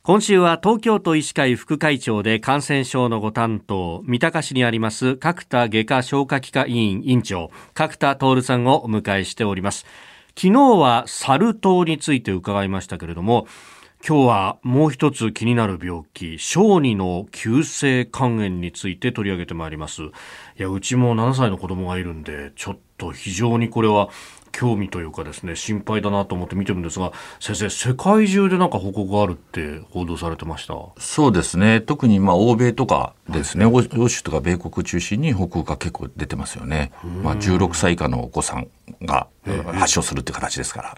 今週は東京都医師会副会長で感染症のご担当、三鷹市にあります角田外科消化器科医院院長角田徹さんをお迎えしております。昨日はサル痘について伺いましたけれども、今日はもう一つ気になる病気、小児の急性肝炎について取り上げてまいります。いや、うちも7歳の子供がいるんで、ちょっと非常にこれは興味というかですね、心配だなと思って見てるんですが、先生、世界中でなんか報告があるって報道されてました。 そうですね、特に欧米とかですね、欧州とか米国中心に報告が結構出てますよね。16歳以下のお子さんが発症するっていう形ですから。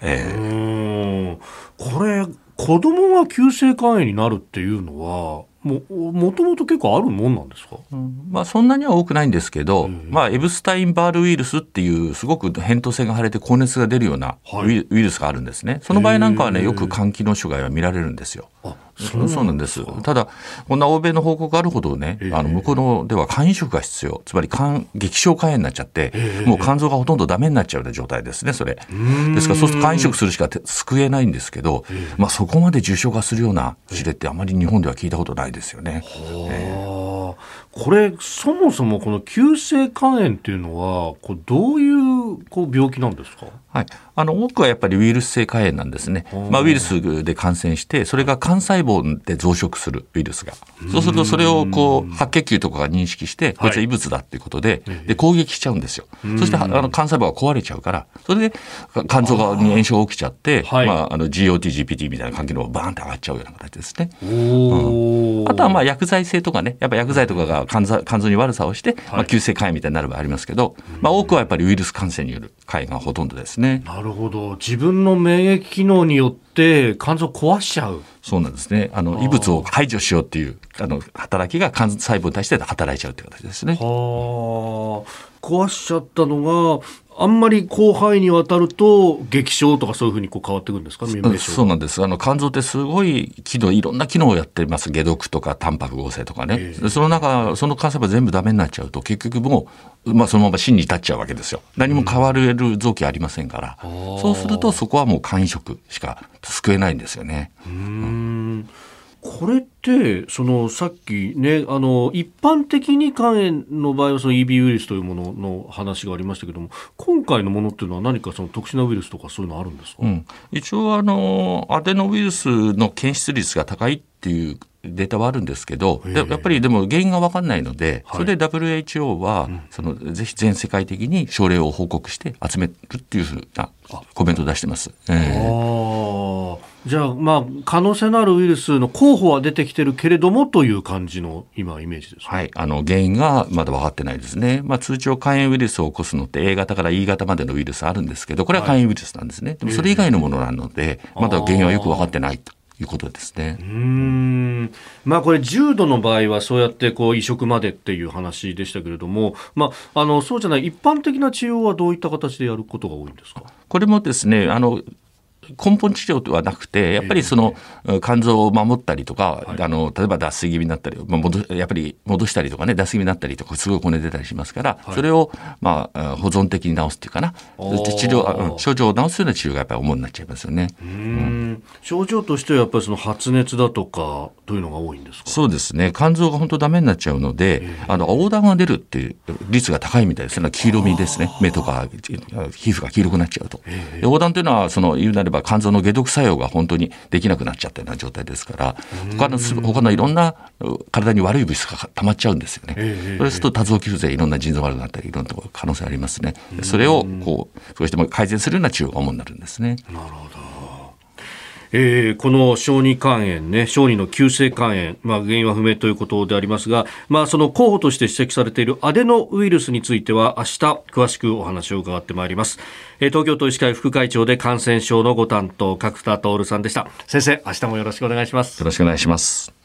これ子供が急性肝炎になるっていうのはもともと結構あるもんなんですか？ そんなには多くないんですけど、エブスタインバールウイルスっていうすごく扁桃腺が腫れて高熱が出るようなウイルスがあるんですね。その場合なんかはね、よく肝機能障害は見られるんですよ。そうなんです。ただこんな欧米の報告があるほどね、向こうのでは肝移植が必要、つまり激小肝炎になっちゃって、もう肝臓がほとんどダメになっちゃうような状態ですね。それですから、そうすると肝移植するしか救えないんですけど、そこまで重症化するような事例ってあまり日本では聞いたことないですよね。 これそもそもこの急性肝炎っていうのはどういう病気なんですか？ はい、多くはやっぱりウイルス性肝炎なんですね。ウイルスで感染して、それが肝細胞で増殖するウイルスが、そうするとそれを白血球とかが認識して、こいつは異物だっていうことで、攻撃しちゃうんですよ。そして肝細胞が壊れちゃうから、それで肝臓に炎症が起きちゃって、GOT、GPT みたいな肝機能がバーンって上がっちゃうような形ですね。あとは薬剤性とかね、やっぱ薬剤とかが肝臓に悪さをして、急性肝炎みたいになる場合ありますけど、多くはやっぱりウイルス感染による肝炎がほとんどですね。 なるほど。自分の免疫機能によって肝臓を壊しちゃう。 そうなんですね。異物を排除しようっていう働きが肝細胞に対して働いちゃうという形ですね。 壊しちゃったのがあんまり広範囲にわたると激症とかそういうふうに変わってくるんですか？ そうなんです。肝臓ってすごいいろんな機能をやっています。解毒とかタンパク合成とかね。その肝細胞全部ダメになっちゃうと、結局もう、そのまま死に至っちゃうわけですよ。何も変わる臓器ありませんから、そうするとそこはもう肝移植しか救えないんですよね。 これってさっきね、一般的に肝炎の場合はEB ウイルスというものの話がありましたけども、今回のものっていうのは何か特殊なウイルスとかそういうのあるんですか？ 一応アデノウイルスの検出率が高いっていうデータはあるんですけど、やっぱりでも原因が分かんないので、それで WHO はぜひ全世界的に症例を報告して集めるっていうふうなコメントを出してます。 じゃあ可能性のあるウイルスの候補は出てきてるけれどもという感じの今イメージですか？ はい、原因がまだ分かってないですね。通常肝炎ウイルスを起こすのって A 型から E 型までのウイルスあるんですけど、これは肝炎ウイルスなんですね。でもそれ以外のものなので、まだ原因はよく分かってないということですね。 これ重度の場合はそうやって移植までっていう話でしたけれども、そうじゃない一般的な治療はどういった形でやることが多いんですか？ これもですね、根本治療ではなくて、やっぱり肝臓を守ったりとか、例えば脱水気味になったり、やっぱり戻したりとかね、脱水気味になったりとか、すごい骨出たりしますから、それを保存的に治すっていうかな、症状を治すような治療がやっぱり主になっちゃいますよね。 症状としてはやっぱり発熱だとかというのが多いんですか？そうですね、肝臓が本当ダメになっちゃうので、黄疸が出るっていう率が高いみたいですね。黄色みですね、目とか皮膚が黄色くなっちゃうと。黄疸というのは言うなれば肝臓の解毒作用が本当にできなくなっちゃったような状態ですから、他のいろんな体に悪い物質が溜まっちゃうんですよね。そうすると多臓器不全、いろんな腎臓が悪くなったり、いろんな可能性ありますね。それを少しでも改善するような治療が主になるんですね。 なるほど。この小児肝炎ね、小児の急性肝炎、原因は不明ということでありますが、その候補として指摘されているアデノウイルスについては明日詳しくお話を伺ってまいります。東京都医師会副会長で感染症のご担当角田徹さんでした。先生、明日もよろしくお願いします。 よろしくお願いします。